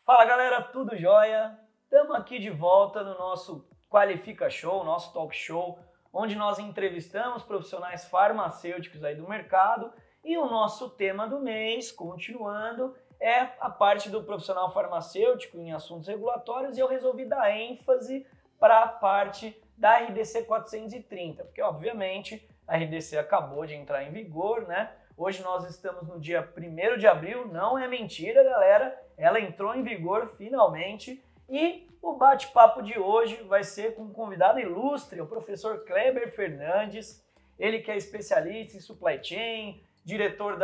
Fala galera, tudo jóia? Estamos aqui de volta no nosso Qualifica Show, nosso talk show, onde nós entrevistamos profissionais farmacêuticos aí do mercado e o nosso tema do mês, continuando, é a parte do profissional farmacêutico em assuntos regulatórios e eu resolvi dar ênfase para a parte da RDC 430, porque obviamente a RDC acabou de entrar em vigor, né? Hoje nós estamos no dia 1º de abril, não é mentira, galera, ela entrou em vigor finalmente e o bate-papo de hoje vai ser com um convidado ilustre, o professor Kleber Fernandes, ele que é especialista em supply chain, diretor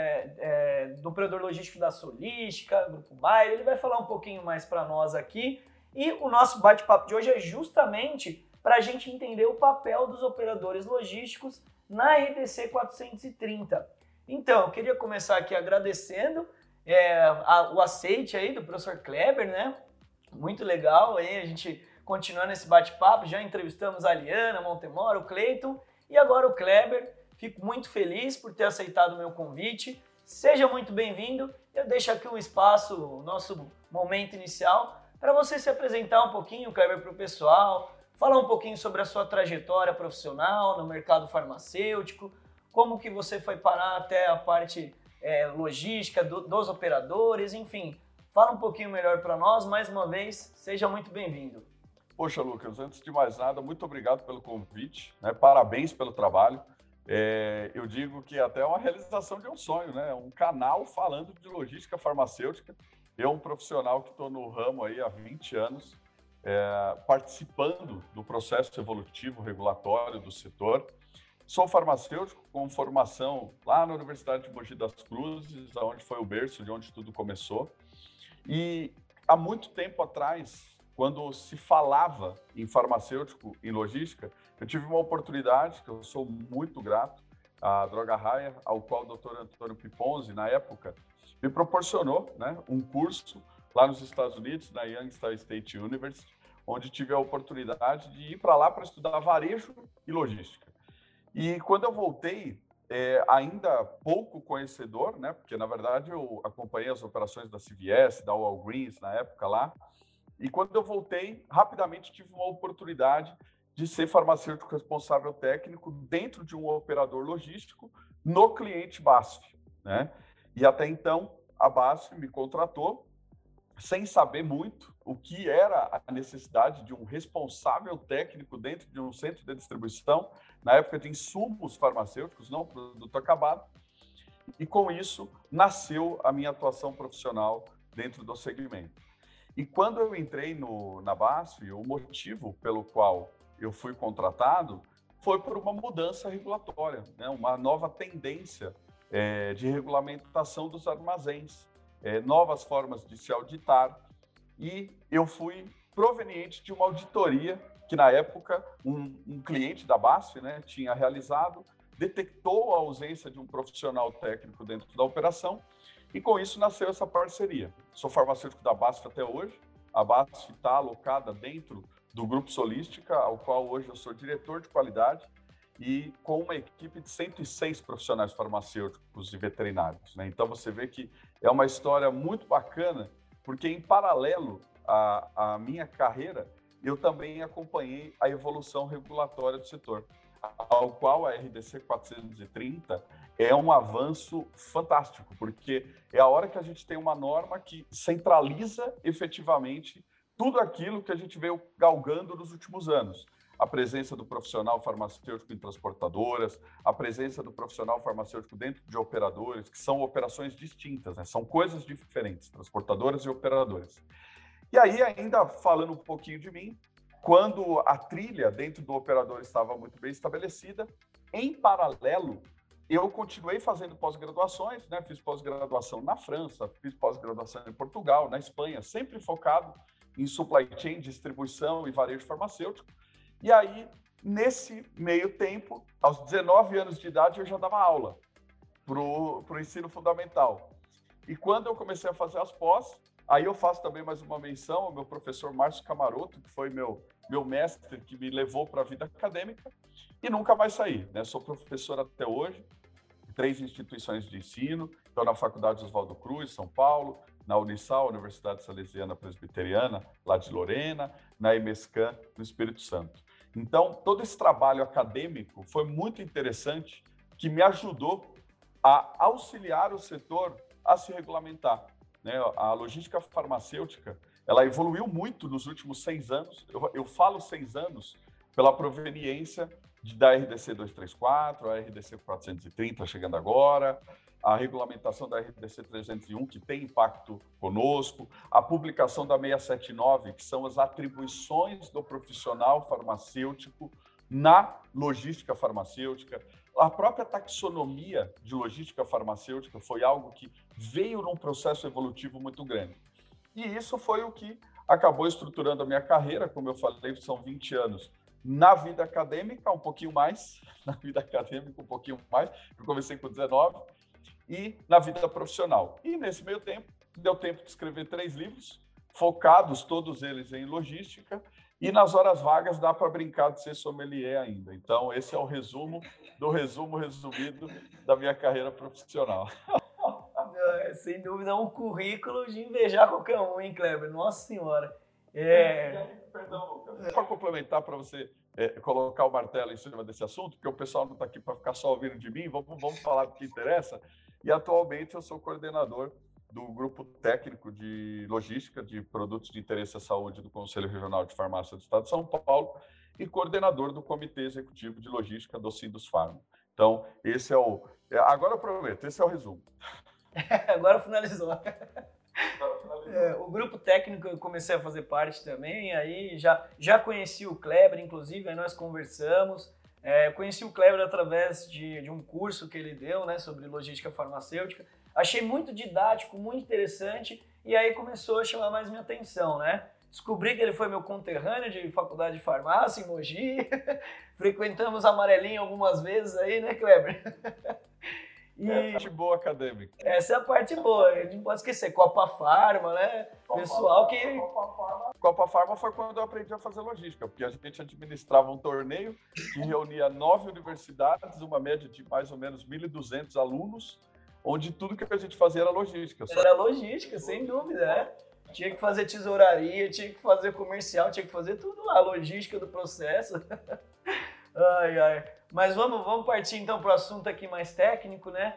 do operador logístico da Solística, Grupo Bayer, ele vai falar um pouquinho mais para nós aqui e o nosso bate-papo de hoje é justamente para a gente entender o papel dos operadores logísticos na RDC 430. Então, eu queria começar aqui agradecendo o aceite aí do professor Kleber, né? Muito legal aí, a gente continuando esse bate-papo, já entrevistamos a Liana, Montemora, o Cleiton e agora o Kleber. Fico muito feliz por ter aceitado o meu convite. Seja muito bem-vindo. Eu deixo aqui um espaço, o nosso momento inicial, para você se apresentar um pouquinho, Kleber, para o pessoal, falar um pouquinho sobre a sua trajetória profissional no mercado farmacêutico, como que você foi parar até a parte logística dos operadores, enfim. Fala um pouquinho melhor para nós, mais uma vez, seja muito bem-vindo. Poxa, Lucas, antes de mais nada, muito obrigado pelo convite, né? Parabéns pelo trabalho. Eu digo que até é uma realização de um sonho, né? Um canal falando de logística farmacêutica. Eu, um profissional que estou no ramo aí há 20 anos, participando do processo evolutivo regulatório do setor. Sou farmacêutico com formação lá na Universidade de Mogi das Cruzes, onde foi o berço de onde tudo começou. E há muito tempo atrás, quando se falava em farmacêutico, em logística, eu tive uma oportunidade, que eu sou muito grato, à Droga Raia, ao qual o Dr. Antônio Piponzi, na época, me proporcionou, né, um curso lá nos Estados Unidos, na Youngstown State University, onde tive a oportunidade de ir para lá para estudar varejo e logística. E quando eu voltei, ainda pouco conhecedor, né? Porque, na verdade, eu acompanhei as operações da CVS, da Walgreens, na época lá. E quando eu voltei, rapidamente tive uma oportunidade de ser farmacêutico responsável técnico dentro de um operador logístico no cliente BASF, né? E até então, a BASF me contratou sem saber muito o que era a necessidade de um responsável técnico dentro de um centro de distribuição, na época de insumos farmacêuticos, não produto acabado, e com isso nasceu a minha atuação profissional dentro do segmento. E quando eu entrei na BASF, o motivo pelo qual eu fui contratado foi por uma mudança regulatória, né? Uma nova tendência de regulamentação dos armazéns, novas formas de se auditar, e eu fui proveniente de uma auditoria que, na época, um cliente da BASF, né, tinha realizado, detectou a ausência de um profissional técnico dentro da operação, e com isso nasceu essa parceria. Sou farmacêutico da BASF até hoje, a BASF está alocada dentro do Grupo Solística, ao qual hoje eu sou diretor de qualidade, e com uma equipe de 106 profissionais farmacêuticos e veterinários, né? Então, você vê que é uma história muito bacana, porque, em paralelo à minha carreira, eu também acompanhei a evolução regulatória do setor, ao qual a RDC 430 é um avanço fantástico, porque é a hora que a gente tem uma norma que centraliza efetivamente tudo aquilo que a gente veio galgando nos últimos anos. A presença do profissional farmacêutico em transportadoras, a presença do profissional farmacêutico dentro de operadores, que são operações distintas, né? São coisas diferentes, transportadoras e operadoras. E aí, ainda falando um pouquinho de mim, quando a trilha dentro do operador estava muito bem estabelecida, em paralelo, eu continuei fazendo pós-graduações, né? Fiz pós-graduação na França, fiz pós-graduação em Portugal, na Espanha, sempre focado em supply chain, distribuição e varejo farmacêutico. E aí, nesse meio tempo, aos 19 anos de idade, eu já dava aula para o ensino fundamental. E quando eu comecei a fazer as pós, aí eu faço também mais uma menção ao meu professor Márcio Camaroto, que foi meu mestre, que me levou para a vida acadêmica, e nunca mais saí, né? Sou professor até hoje, 3 instituições de ensino, estou na Faculdade Oswaldo Cruz, São Paulo, na Unisal, Universidade Salesiana Presbiteriana, lá de Lorena, na EMESCAN, no Espírito Santo. Então, todo esse trabalho acadêmico foi muito interessante, que me ajudou a auxiliar o setor a se regulamentar, né? A logística farmacêutica, ela evoluiu muito nos últimos 6 anos. Eu falo 6 anos pela proveniência da RDC 234, a RDC 430 chegando agora, a regulamentação da RDC 301, que tem impacto conosco, a publicação da 679, que são as atribuições do profissional farmacêutico na logística farmacêutica. A própria taxonomia de logística farmacêutica foi algo que veio num processo evolutivo muito grande. E isso foi o que acabou estruturando a minha carreira, como eu falei, são 20 anos. Na vida acadêmica, um pouquinho mais, eu comecei com 19, e na vida profissional. E nesse meio tempo, deu tempo de escrever 3 livros, focados todos eles em logística, e nas horas vagas dá para brincar de ser sommelier ainda. Então, esse é o resumo do resumo resumido da minha carreira profissional. Sem dúvida, é um currículo de invejar qualquer um, hein, Kleber? Nossa Senhora. Perdão, Lucas. Para complementar, para você colocar o martelo em cima desse assunto, porque o pessoal não está aqui para ficar só ouvindo de mim, vamos falar do que interessa. E atualmente eu sou coordenador do Grupo Técnico de Logística de Produtos de Interesse à Saúde do Conselho Regional de Farmácia do Estado de São Paulo e coordenador do Comitê Executivo de Logística do Sindusfarma. Então, esse é o... Agora eu prometo, esse é o resumo. Agora finalizou. O grupo técnico eu comecei a fazer parte também, aí já conheci o Kleber, inclusive, aí nós conversamos. Conheci o Kleber através de um curso que ele deu, né, sobre logística farmacêutica. Achei muito didático, muito interessante, e aí começou a chamar mais minha atenção, né? Descobri que ele foi meu conterrâneo de faculdade de farmácia em Mogi, frequentamos a Amarelinha algumas vezes aí, né, Kleber? E... É a parte boa acadêmica. Essa é a parte boa, a gente não pode esquecer, Copa Farma, né? Pessoal que... Copa Farma foi quando eu aprendi a fazer logística, porque a gente administrava um torneio que reunia 9 universidades, uma média de mais ou menos 1.200 alunos, onde tudo que a gente fazia era logística. Era logística, sem dúvida, Tinha que fazer tesouraria, tinha que fazer comercial, tinha que fazer tudo lá, logística do processo. Ai. Mas vamos partir então para o assunto aqui mais técnico, né?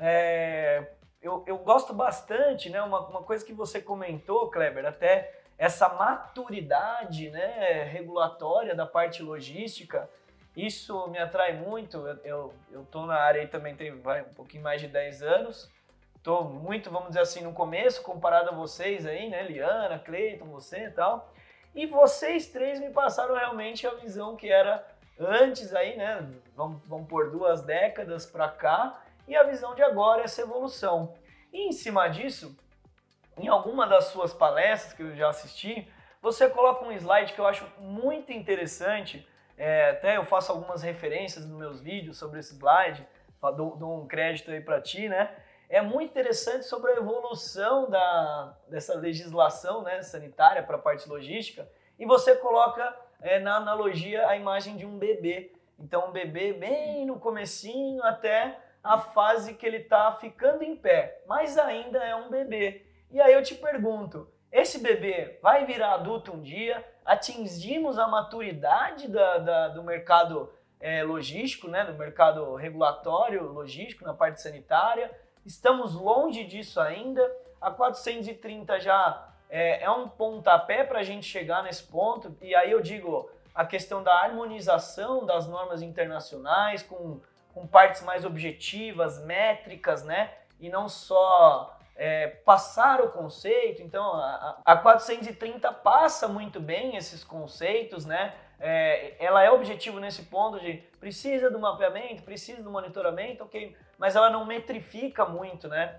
Eu gosto bastante, né? Uma coisa que você comentou, Kleber, até essa maturidade, né, regulatória da parte logística, isso me atrai muito. Eu estou na área aí também tem um pouquinho mais de 10 anos. Estou muito, vamos dizer assim, no começo, comparado a vocês aí, né? Liana, Cleiton, você e tal. E vocês 3 me passaram realmente a visão que era antes aí, né? Vamos por 2 décadas para cá. E a visão de agora, essa evolução. E em cima disso, em alguma das suas palestras que eu já assisti, você coloca um slide que eu acho muito interessante. Até eu faço algumas referências nos meus vídeos sobre esse slide. Dou um crédito aí para ti, né? É muito interessante sobre a evolução dessa legislação, né, sanitária para a parte logística, e você coloca na analogia a imagem de um bebê. Então um bebê bem no comecinho até a fase que ele está ficando em pé, mas ainda é um bebê. E aí eu te pergunto, esse bebê vai virar adulto um dia? Atingimos a maturidade do mercado logístico, né, do mercado regulatório logístico na parte sanitária? Estamos longe disso ainda. A 430 já é um pontapé para a gente chegar nesse ponto. E aí eu digo a questão da harmonização das normas internacionais com partes mais objetivas, métricas, né? E não só passar o conceito. Então a 430 passa muito bem esses conceitos, né? Ela é objetivo nesse ponto de precisa do mapeamento, precisa do monitoramento, ok, mas ela não metrifica muito, né?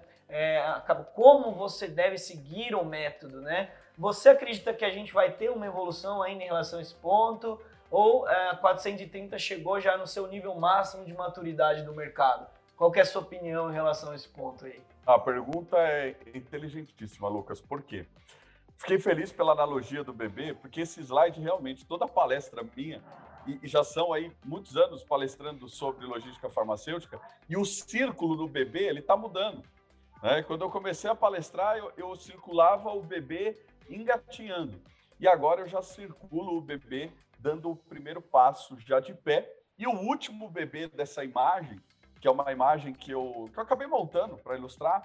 Como você deve seguir o método, né? Você acredita que a gente vai ter uma evolução ainda em relação a esse ponto? Ou a 430 chegou já no seu nível máximo de maturidade do mercado? Qual que é a sua opinião em relação a esse ponto aí? A pergunta é inteligentíssima, Lucas. Por quê? Fiquei feliz pela analogia do bebê, porque esse slide realmente, toda a palestra minha, e já são aí muitos anos palestrando sobre logística farmacêutica, e o círculo do bebê, ele está mudando. né? Quando eu comecei a palestrar, eu circulava o bebê engatinhando. E agora eu já circulo o bebê dando o primeiro passo já de pé. E o último bebê dessa imagem, que é uma imagem que eu acabei montando para ilustrar,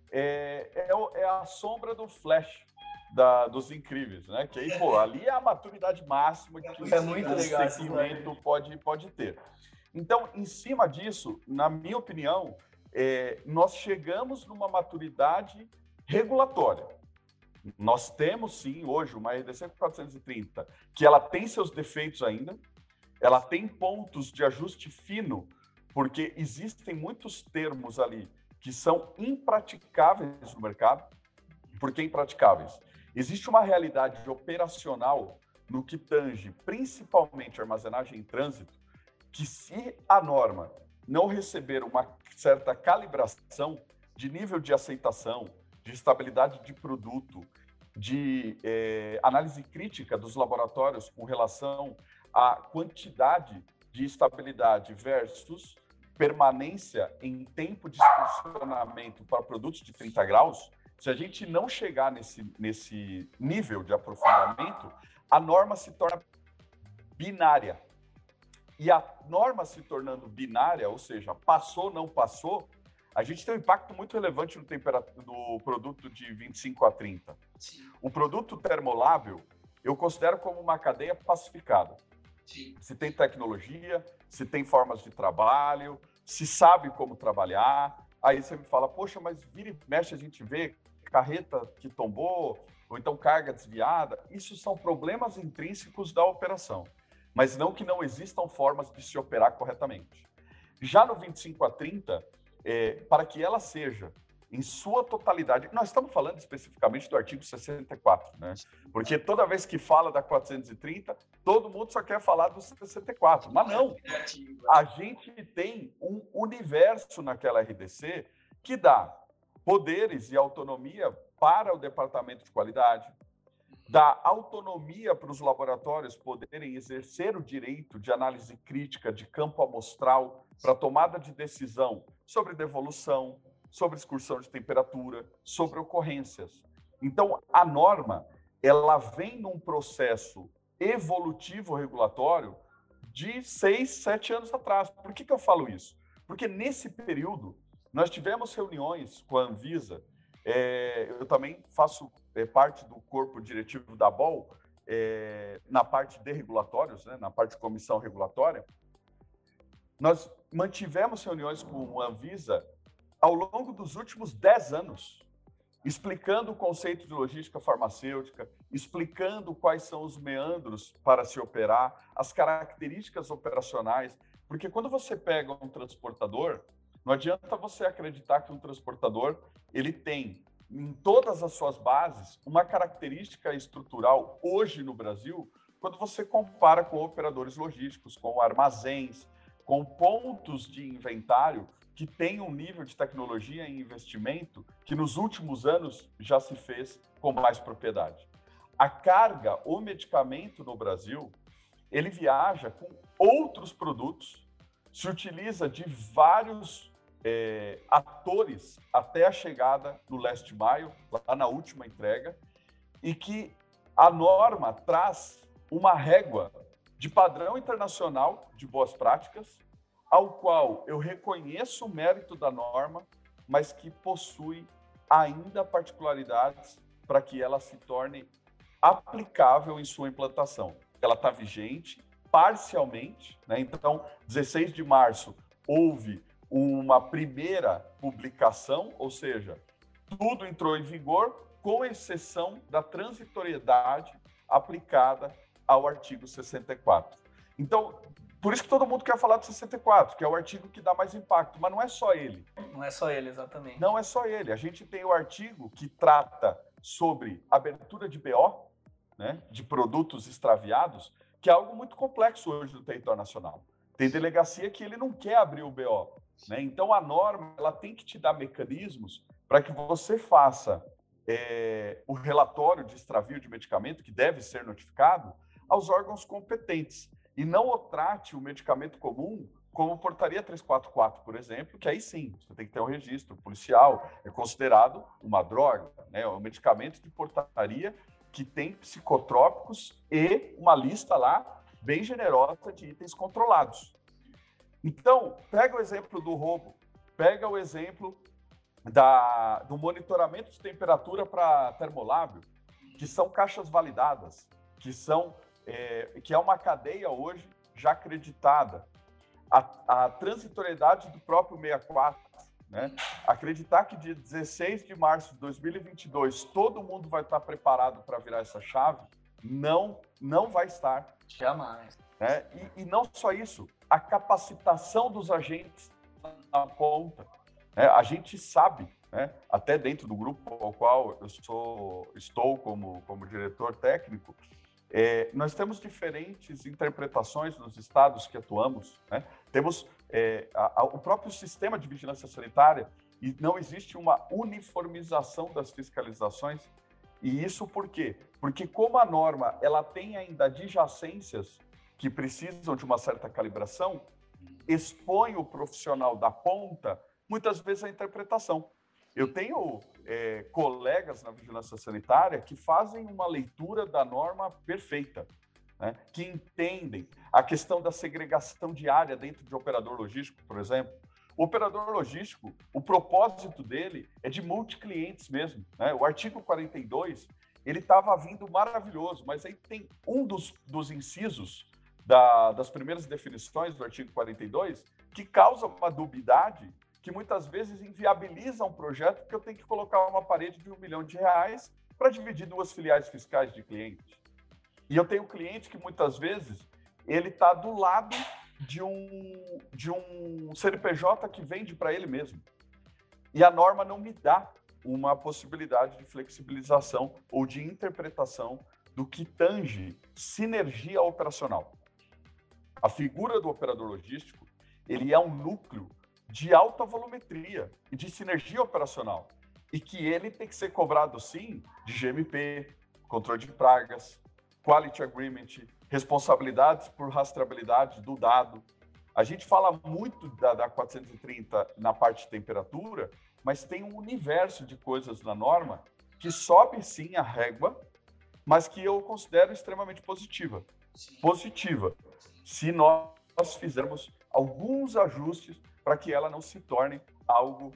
é a sombra do Flash dos Incríveis, né? Que aí, pô, ali é a maturidade máxima que um segmento pode ter. Então, em cima disso, na minha opinião, nós chegamos numa maturidade regulatória. Nós temos, sim, hoje, uma RDC 430, que ela tem seus defeitos ainda, ela tem pontos de ajuste fino, porque existem muitos termos ali que são impraticáveis no mercado. Por que impraticáveis? Existe uma realidade operacional no que tange principalmente a armazenagem em trânsito, que se a norma não receber uma certa calibração de nível de aceitação, de estabilidade de produto, de análise crítica dos laboratórios com relação à quantidade de estabilidade versus permanência em tempo de funcionamento para produtos de 30 graus, se a gente não chegar nesse nível de aprofundamento, a norma se torna binária. E a norma se tornando binária, ou seja, passou, não passou, a gente tem um impacto muito relevante no produto de 25 a 30. Sim. O produto termolábil, eu considero como uma cadeia pacificada. Sim. Se tem tecnologia, se tem formas de trabalho, se sabe como trabalhar. Aí você me fala, poxa, mas vira e mexe a gente vê carreta que tombou, ou então carga desviada. Isso são problemas intrínsecos da operação, mas não que não existam formas de se operar corretamente. Já no 25 a 30, para que ela seja em sua totalidade, nós estamos falando especificamente do artigo 64, né? Porque toda vez que fala da 430, todo mundo só quer falar do 64, mas não. A gente tem um universo naquela RDC que dá poderes e autonomia para o departamento de qualidade, dá autonomia para os laboratórios poderem exercer o direito de análise crítica de campo amostral para tomada de decisão sobre devolução, sobre excursão de temperatura, sobre ocorrências. Então, a norma, ela vem num processo evolutivo regulatório de 6, 7 anos atrás. Por que eu falo isso? Porque nesse período, nós tivemos reuniões com a Anvisa, eu também faço parte do corpo diretivo da BOL, na parte de regulatórios, né, na parte de comissão regulatória. Nós mantivemos reuniões com a Anvisa ao longo dos últimos 10 anos, explicando o conceito de logística farmacêutica, explicando quais são os meandros para se operar, as características operacionais, porque quando você pega um transportador, não adianta você acreditar que um transportador ele tem em todas as suas bases uma característica estrutural hoje no Brasil, quando você compara com operadores logísticos, com armazéns, com pontos de inventário que tem um nível de tecnologia e investimento que nos últimos anos já se fez com mais propriedade. A carga, o medicamento no Brasil, ele viaja com outros produtos, se utiliza de vários atores até a chegada no last mile, lá na última entrega, e que a norma traz uma régua de padrão internacional de boas práticas, ao qual eu reconheço o mérito da norma, mas que possui ainda particularidades para que ela se torne aplicável em sua implantação. Ela está vigente parcialmente, né? Então, 16 de março houve uma primeira publicação, ou seja, tudo entrou em vigor, com exceção da transitoriedade aplicada ao artigo 64. Então, por isso que todo mundo quer falar do 64, que é o artigo que dá mais impacto, mas não é só ele. Não é só ele, exatamente. Não é só ele. A gente tem o artigo que trata sobre abertura de BO, né, de produtos extraviados, que é algo muito complexo hoje no território nacional. Tem delegacia que ele não quer abrir o BO, né? Então, a norma ela tem que te dar mecanismos para que você faça o relatório de extravio de medicamento, que deve ser notificado, aos órgãos competentes. E não o trate o medicamento comum como portaria 344, por exemplo, que aí sim, você tem que ter um registro policial, é considerado uma droga, né? Um medicamento de portaria que tem psicotrópicos e uma lista lá bem generosa de itens controlados. Então, pega o exemplo do roubo, pega o exemplo do monitoramento de temperatura para termolábil, que são caixas validadas, que é uma cadeia hoje já acreditada. A transitoriedade do próprio 64, né? Acreditar que dia 16 de março de 2022 todo mundo vai estar preparado para virar essa chave, não vai estar. Jamais. Né? E não só isso, a capacitação dos agentes na ponta. Né? A gente sabe, né? Até dentro do grupo ao qual eu estou como diretor técnico, nós temos diferentes interpretações nos estados que atuamos, né? Temos o próprio sistema de vigilância sanitária e não existe uma uniformização das fiscalizações. E isso por quê? Porque como a norma ela tem ainda adjacências que precisam de uma certa calibração, expõe o profissional da ponta, muitas vezes, à interpretação. Eu tenho colegas na vigilância sanitária que fazem uma leitura da norma perfeita, né? Que entendem a questão da segregação diária dentro de operador logístico, por exemplo. O operador logístico, o propósito dele é de multiclientes mesmo, né? O artigo 42, ele estava vindo maravilhoso, mas aí tem um dos incisos das primeiras definições do artigo 42 que causa uma dubiedade que muitas vezes inviabiliza um projeto, porque eu tenho que colocar uma parede de R$1 milhão para dividir 2 filiais fiscais de cliente. E eu tenho cliente que muitas vezes ele está do lado de um CNPJ que vende para ele mesmo. E a norma não me dá uma possibilidade de flexibilização ou de interpretação do que tange sinergia operacional. A figura do operador logístico, ele é um núcleo de alta volumetria e de sinergia operacional, e que ele tem que ser cobrado, sim, de GMP, controle de pragas, quality agreement, responsabilidades por rastreabilidade do dado. A gente fala muito da 430 na parte de temperatura, mas tem um universo de coisas na norma que sobe, sim, a régua, mas que eu considero extremamente positiva. Positiva, se nós fizermos alguns ajustes para que ela não se torne algo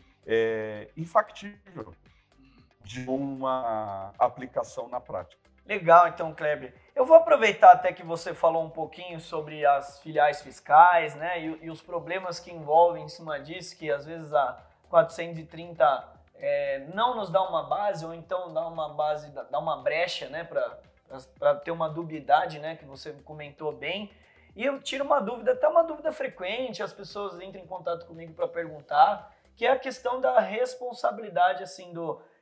infactível de uma aplicação na prática. Legal, então, Kleber. Eu vou aproveitar até que você falou um pouquinho sobre as filiais fiscais, né, e os problemas que envolvem em cima disso, que às vezes a 430 não nos dá uma base, ou então dá uma brecha, né, para ter uma dubiedade, né, que você comentou bem. E eu tiro uma dúvida, até uma dúvida frequente, as pessoas entram em contato comigo para perguntar, que é a questão da responsabilidade, assim,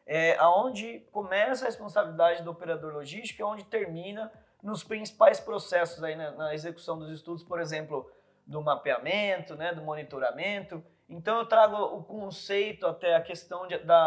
aonde começa a responsabilidade do operador logístico e onde termina nos principais processos aí na execução dos estudos, por exemplo, do mapeamento, né, do monitoramento. Então eu trago o conceito até a questão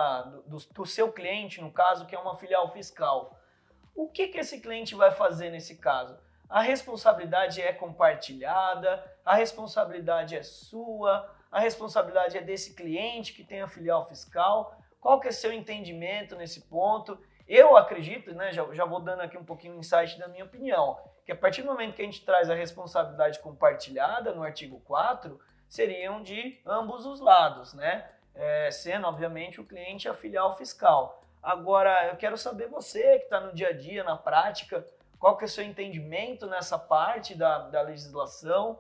do seu cliente, no caso, que é uma filial fiscal. O que esse cliente vai fazer nesse caso? A responsabilidade é compartilhada, a responsabilidade é sua, a responsabilidade é desse cliente que tem a filial fiscal. Qual que é seu entendimento nesse ponto? Eu acredito, né, já vou dando aqui um pouquinho o insight da minha opinião, que a partir do momento que a gente traz a responsabilidade compartilhada no artigo 4, seriam de ambos os lados, né? Sendo, obviamente, o cliente a filial fiscal. Agora, eu quero saber você que está no dia a dia, na prática, qual que é o seu entendimento nessa parte da legislação?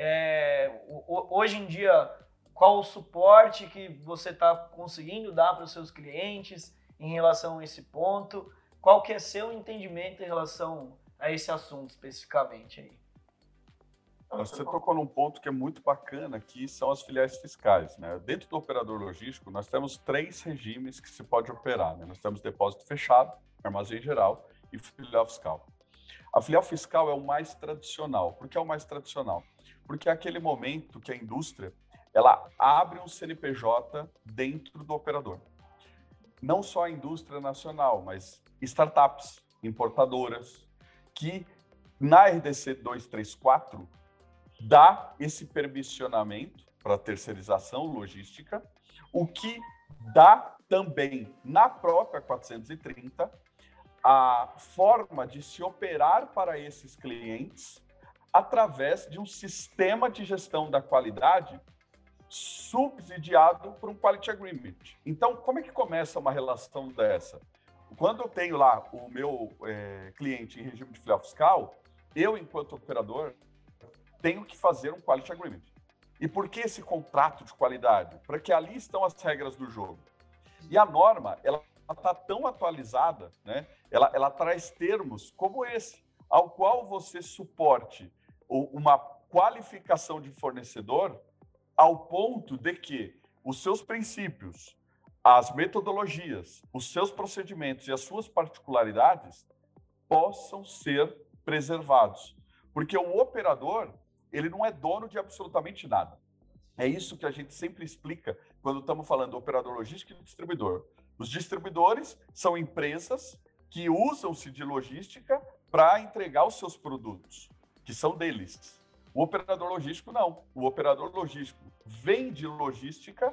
Hoje em dia, qual o suporte que você está conseguindo dar para os seus clientes em relação a esse ponto? Qual que é seu entendimento em relação a esse assunto especificamente aí? Você tocou num ponto que é muito bacana, que são as filiais fiscais, né? Dentro do operador logístico, nós temos 3 regimes que se pode operar, né? Nós temos depósito fechado, armazém geral e filial fiscal. A filial fiscal é o mais tradicional. Por que é o mais tradicional? Porque é aquele momento que a indústria ela abre um CNPJ dentro do operador. Não só a indústria nacional, mas startups, importadoras, que na RDC 234 dá esse permissionamento para terceirização logística, o que dá também na própria 430 a forma de se operar para esses clientes através de um sistema de gestão da qualidade subsidiado por um Quality Agreement. Então, como é que começa uma relação dessa? Quando eu tenho lá o meu cliente em regime de filial fiscal, eu, enquanto operador, tenho que fazer um Quality Agreement. E por que esse contrato de qualidade? Para que ali estão as regras do jogo. E a norma, ela está tão atualizada, né? Ela traz termos como esse, ao qual você suporte uma qualificação de fornecedor ao ponto de que os seus princípios, as metodologias, os seus procedimentos e as suas particularidades possam ser preservados. Porque o operador, ele não é dono de absolutamente nada. É isso que a gente sempre explica quando estamos falando do operador logístico e do distribuidor. Os distribuidores são empresas que usam-se de logística para entregar os seus produtos, que são deles. O operador logístico não. O operador logístico vende logística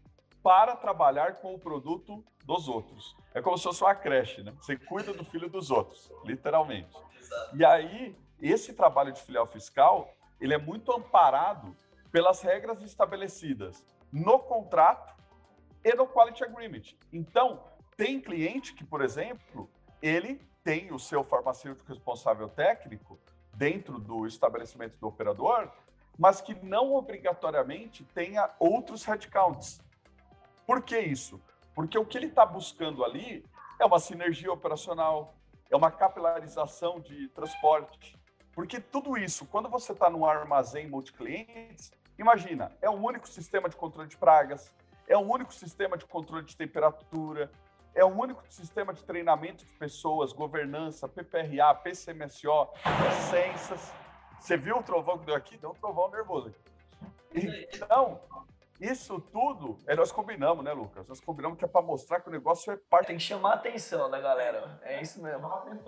para trabalhar com o produto dos outros. É como se fosse uma creche, né? Você cuida do filho dos outros, literalmente. E aí, esse trabalho de filial fiscal, ele é muito amparado pelas regras estabelecidas no contrato e no Quality Agreement. Então, tem cliente que, por exemplo, ele tem o seu farmacêutico responsável técnico dentro do estabelecimento do operador, mas que não obrigatoriamente tenha outros headcounts. Por que isso? Porque o que ele está buscando ali é uma sinergia operacional, é uma capilarização de transporte. Porque tudo isso, quando você está num armazém multiclientes, imagina, é um único sistema de controle de pragas, é um único sistema de controle de temperatura, é um único sistema de treinamento de pessoas, governança, PPRA, PCMSO, licenças. Você viu o trovão que deu aqui? Deu um trovão nervoso aqui. Então, isso tudo, nós combinamos, né, Lucas? Nós combinamos que é para mostrar que o negócio é parte... Tem que chamar a atenção da galera. É isso mesmo.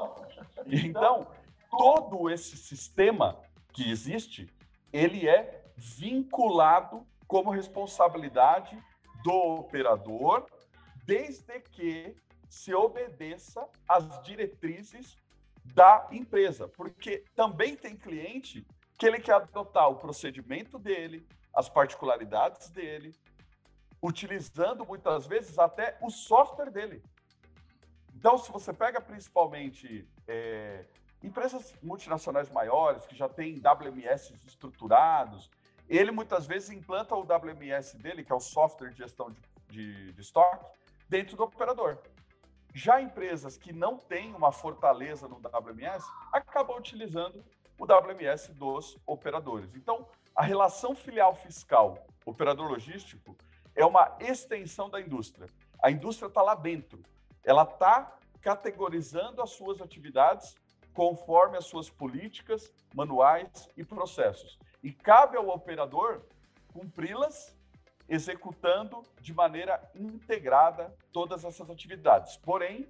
Então, todo esse sistema que existe, ele é vinculado como responsabilidade do operador, desde que se obedeça às diretrizes da empresa. Porque também tem cliente que ele quer adotar o procedimento dele, as particularidades dele, utilizando muitas vezes até o software dele. Então, se você pega principalmente empresas multinacionais maiores, que já têm WMS estruturados, ele muitas vezes implanta o WMS dele, que é o software de gestão de estoque, dentro do operador. Já empresas que não têm uma fortaleza no WMS, acabam utilizando o WMS dos operadores. Então, a relação filial fiscal, operador logístico, é uma extensão da indústria. A indústria está lá dentro. Ela está categorizando as suas atividades conforme as suas políticas, manuais e processos. E cabe ao operador cumpri-las, executando de maneira integrada todas essas atividades. Porém,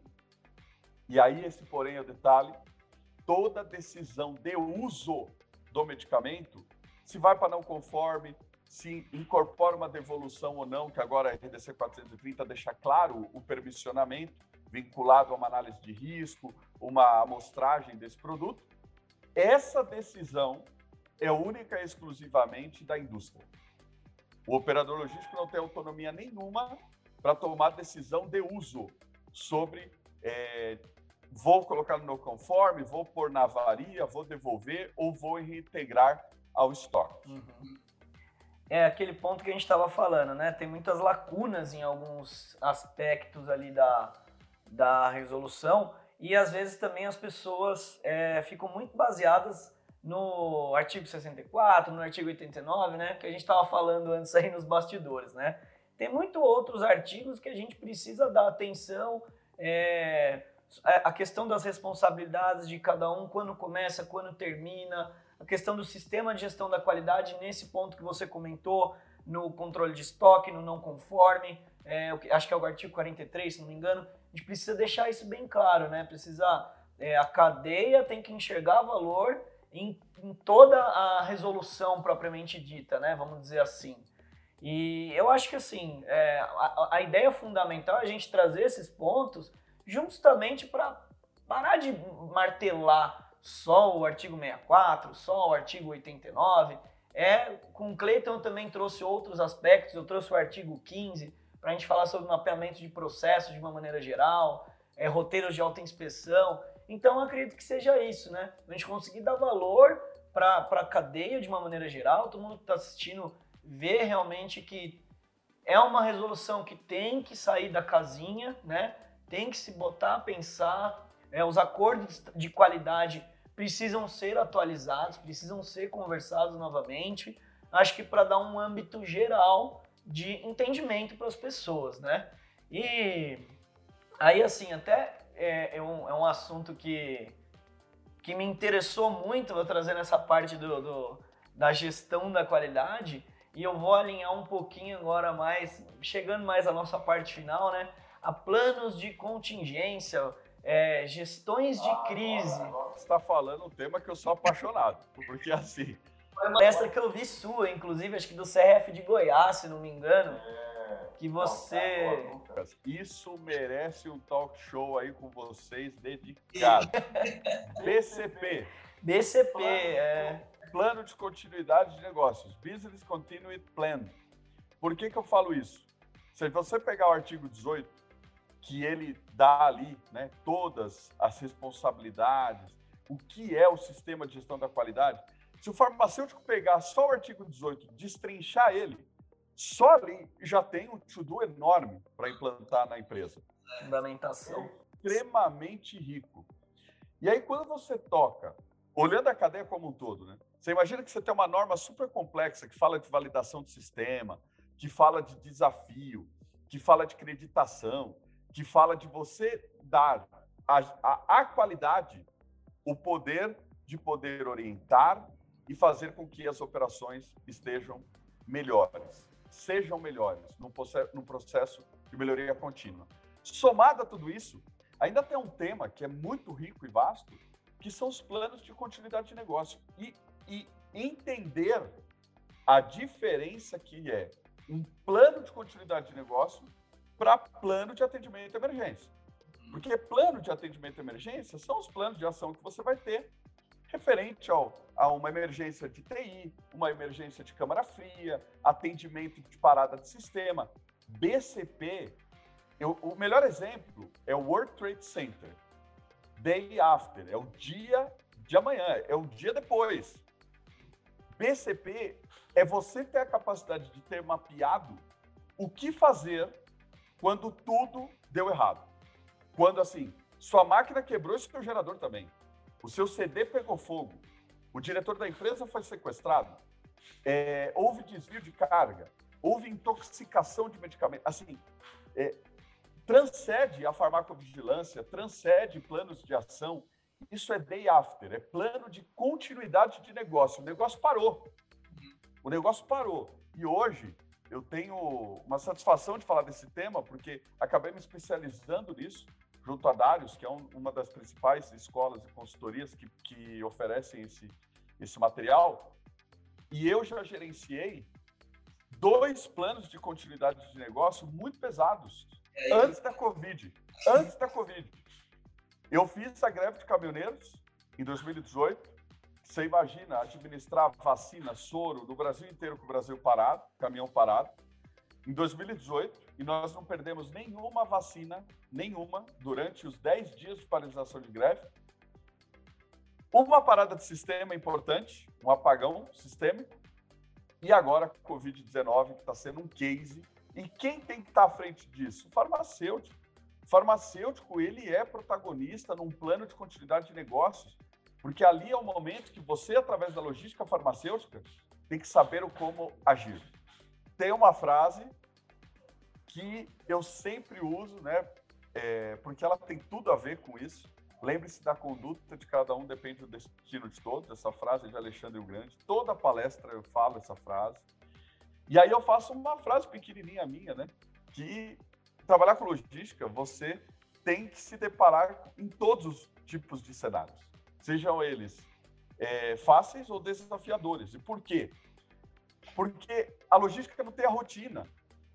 e aí esse porém é o detalhe, toda decisão de uso do medicamento, se vai para não conforme, se incorpora uma devolução ou não, que agora a RDC 430 deixa claro o permissionamento vinculado a uma análise de risco, uma amostragem desse produto, essa decisão é única e exclusivamente da indústria. O operador logístico não tem autonomia nenhuma para tomar decisão de uso sobre vou colocar no não conforme, vou pôr na avaria, vou devolver ou vou reintegrar ao estoque. Uhum. É aquele ponto que a gente estava falando, né? Tem muitas lacunas em alguns aspectos ali da resolução e às vezes também as pessoas ficam muito baseadas no artigo 64, no artigo 89, né, que a gente estava falando antes aí nos bastidores, né. Tem muitos outros artigos que a gente precisa dar atenção, a questão das responsabilidades de cada um, quando começa, quando termina, a questão do sistema de gestão da qualidade, nesse ponto que você comentou, no controle de estoque, no não conforme, acho que é o artigo 43, se não me engano, a gente precisa deixar isso bem claro, né, a cadeia tem que enxergar valor em toda a resolução propriamente dita, né? Vamos dizer assim. E eu acho que assim, a ideia fundamental é a gente trazer esses pontos justamente para parar de martelar só o artigo 64, só o artigo 89. Com o Cleiton eu também trouxe outros aspectos, eu trouxe o artigo 15 para a gente falar sobre mapeamento de processos de uma maneira geral, roteiros de autoinspeção. Então eu acredito que seja isso, né? A gente conseguir dar valor para a cadeia de uma maneira geral, todo mundo que está assistindo ver realmente que é uma resolução que tem que sair da casinha, né? Tem que se botar a pensar, os acordos de qualidade precisam ser atualizados, precisam ser conversados novamente, acho que para dar um âmbito geral de entendimento para as pessoas, né? E aí, assim, até é um assunto que me interessou muito, vou trazer nessa parte da gestão da qualidade, e eu vou alinhar um pouquinho agora mais, chegando mais à nossa parte final, né? A planos de contingência, gestões de crise. Você está falando um tema que eu sou apaixonado, porque assim... Foi uma palestra que eu vi sua, inclusive, acho que do CRF de Goiás, se não me engano, que você... Isso merece um talk show aí com vocês dedicado. BCP. Plano de continuidade de negócios, Business Continuity Plan. Por que eu falo isso? Se você pegar o artigo 18, que ele dá ali, né, todas as responsabilidades, o que é o sistema de gestão da qualidade, se o farmacêutico pegar só o artigo 18, destrinchar ele, só ali já tem um to-do enorme para implantar na empresa. Fundamentação. Extremamente rico. E aí, quando você toca, olhando a cadeia como um todo, né? Você imagina que você tem uma norma super complexa que fala de validação de sistema, que fala de desafio, que fala de acreditação, que fala de você dar à qualidade o poder de poder orientar e fazer com que as operações estejam melhores, sejam melhores num processo de melhoria contínua. Somado a tudo isso, ainda tem um tema que é muito rico e vasto, que são os planos de continuidade de negócio. E entender a diferença que é um plano de continuidade de negócio para plano de atendimento à emergência. Porque plano de atendimento à emergência são os planos de ação que você vai ter referente a uma emergência de TI, uma emergência de câmara fria, atendimento de parada de sistema. BCP, o melhor exemplo é o World Trade Center. Day after, é o dia de amanhã, é o dia depois. BCP é você ter a capacidade de ter mapeado o que fazer quando tudo deu errado. Quando, assim, sua máquina quebrou e seu gerador também. O seu CD pegou fogo. O diretor da empresa foi sequestrado. Houve desvio de carga. Houve intoxicação de medicamento. Assim, transcende a farmacovigilância, transcende planos de ação. Isso é day after, é plano de continuidade de negócio. O negócio parou. O negócio parou. E hoje eu tenho uma satisfação de falar desse tema, porque acabei me especializando nisso, junto a Darius, que é uma das principais escolas e consultorias que oferecem esse material. E eu já gerenciei 2 planos de continuidade de negócio muito pesados, antes da Covid. Eu fiz a greve de caminhoneiros em 2018. Você imagina administrar vacina, soro no Brasil inteiro com o Brasil parado, caminhão parado, em 2018, e nós não perdemos nenhuma vacina, durante os 10 dias de paralisação de greve. Uma parada de sistema importante, um apagão sistêmico, e agora a Covid-19, que está sendo um case. E quem tem que estar à frente disso? O farmacêutico. O farmacêutico, ele é protagonista num plano de continuidade de negócios, porque ali é o momento que você, através da logística farmacêutica, tem que saber como agir. Tem uma frase que eu sempre uso, né, porque ela tem tudo a ver com isso. Lembre-se da conduta de cada um, depende do destino de todos. Essa frase é de Alexandre o Grande. Toda palestra eu falo essa frase. E aí eu faço uma frase pequenininha minha, né, que trabalhar com logística, você tem que se deparar em todos os tipos de cenários. Sejam eles fáceis ou desafiadores. E por quê? Porque a logística não tem a rotina.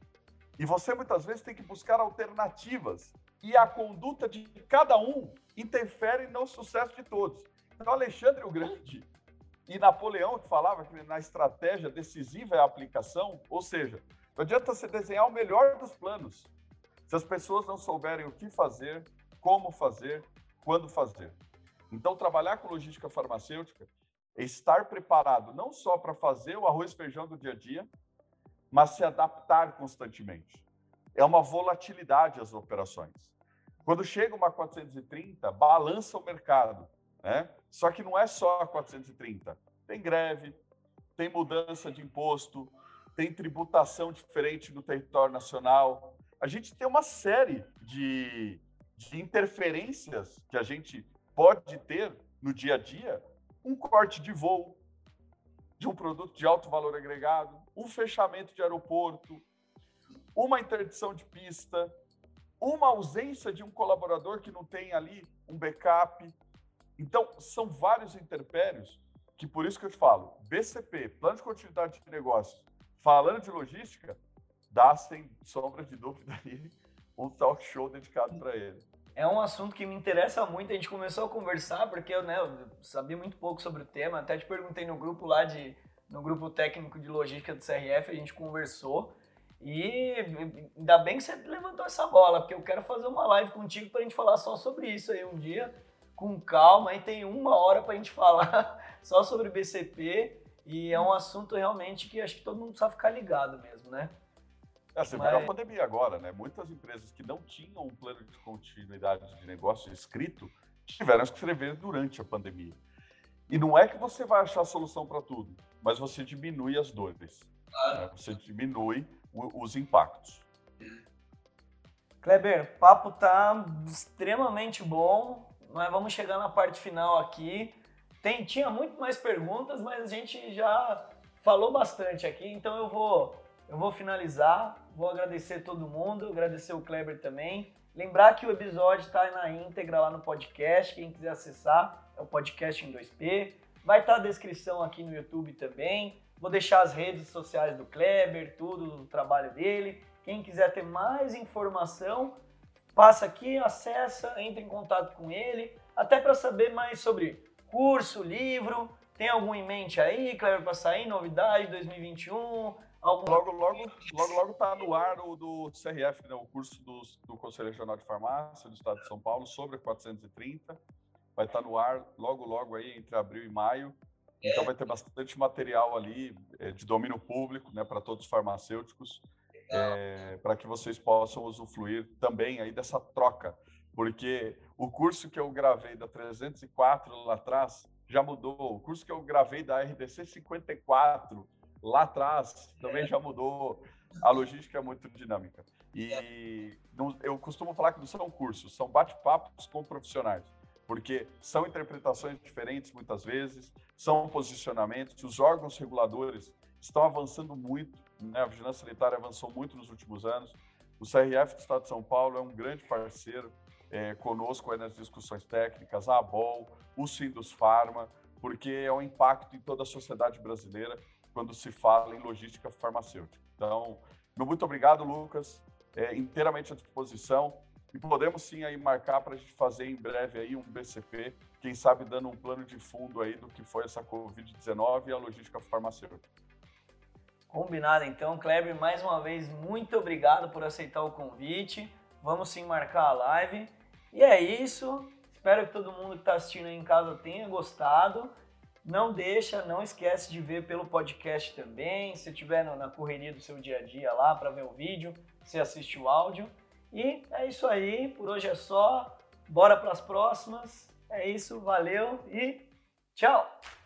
E você, muitas vezes, tem que buscar alternativas. E a conduta de cada um interfere no sucesso de todos. Então, Alexandre o Grande e Napoleão, que falava que na estratégia decisiva é a aplicação, ou seja, não adianta você desenhar o melhor dos planos se as pessoas não souberem o que fazer, como fazer, quando fazer. Então, trabalhar com logística farmacêutica é estar preparado não só para fazer o arroz e feijão do dia a dia, mas se adaptar constantemente. É uma volatilidade as operações. Quando chega uma 430, balança o mercado, né? Só que não é só a 430. Tem greve, tem mudança de imposto, tem tributação diferente no território nacional. A gente tem uma série de interferências que a gente pode ter no dia a dia, um corte de voo de um produto de alto valor agregado, um fechamento de aeroporto, uma interdição de pista, uma ausência de um colaborador que não tem ali um backup. Então, são vários interpérios que, por isso que eu te falo, BCP, Plano de Continuidade de Negócios, falando de logística, dá, sem sombra de dúvida, aí, um talk show dedicado para ele. É um assunto que me interessa muito, a gente começou a conversar, porque eu sabia muito pouco sobre o tema, até te perguntei no grupo lá, no grupo técnico de logística do CRF, a gente conversou, e ainda bem que você levantou essa bola, porque eu quero fazer uma live contigo pra gente falar só sobre isso aí um dia, com calma, aí tem 1 hora pra gente falar só sobre BCP, e é um assunto realmente que acho que todo mundo precisa ficar ligado mesmo, né? Você viu a pandemia agora, né? Muitas empresas que não tinham um plano de continuidade de negócio escrito tiveram que escrever durante a pandemia. E não é que você vai achar a solução para tudo, mas você diminui as dores, né? Você diminui os impactos. Kleber, o papo tá extremamente bom, mas vamos chegar na parte final aqui. Tinha muito mais perguntas, mas a gente já falou bastante aqui, então eu vou finalizar, vou agradecer todo mundo, agradecer o Kleber também. Lembrar que o episódio está na íntegra lá no podcast, quem quiser acessar, é o podcast em 2P. Vai estar a descrição aqui no YouTube também. Vou deixar as redes sociais do Kleber, tudo do trabalho dele. Quem quiser ter mais informação, passa aqui, acessa, entra em contato com ele, até para saber mais sobre curso, livro. Tem algum em mente aí, Kleber, para sair? Novidade 2021? Logo tá no ar o do CRF, né, o curso do Conselho Regional de Farmácia do Estado de São Paulo sobre a 430. Vai estar no ar logo aí entre abril e maio. Então vai ter bastante material ali de domínio público, né, para todos os farmacêuticos, para que vocês possam usufruir também aí dessa troca. Porque o curso que eu gravei da 304 lá atrás já mudou. O curso que eu gravei da RDC 54 lá atrás também já mudou. A logística é muito dinâmica. E eu costumo falar que não são cursos, são bate-papos com profissionais, porque são interpretações diferentes muitas vezes, são posicionamentos. Os órgãos reguladores estão avançando muito, né? A Vigilância Sanitária avançou muito nos últimos anos. O CRF do Estado de São Paulo é um grande parceiro conosco aí nas discussões técnicas, a ABOL, o Sindusfarma, porque é um impacto em toda a sociedade brasileira quando se fala em logística farmacêutica. Então, muito obrigado, Lucas, inteiramente à disposição, e podemos sim aí marcar para a gente fazer em breve aí um BCP, quem sabe dando um plano de fundo aí do que foi essa Covid-19 e a logística farmacêutica. Combinado então, Kleber, mais uma vez, muito obrigado por aceitar o convite, vamos sim marcar a live, e é isso, espero que todo mundo que está assistindo aí em casa tenha gostado. Não esquece de ver pelo podcast também, se estiver na correria do seu dia a dia lá para ver o vídeo, você assiste o áudio. E é isso aí, por hoje é só, bora para as próximas, é isso, valeu e tchau!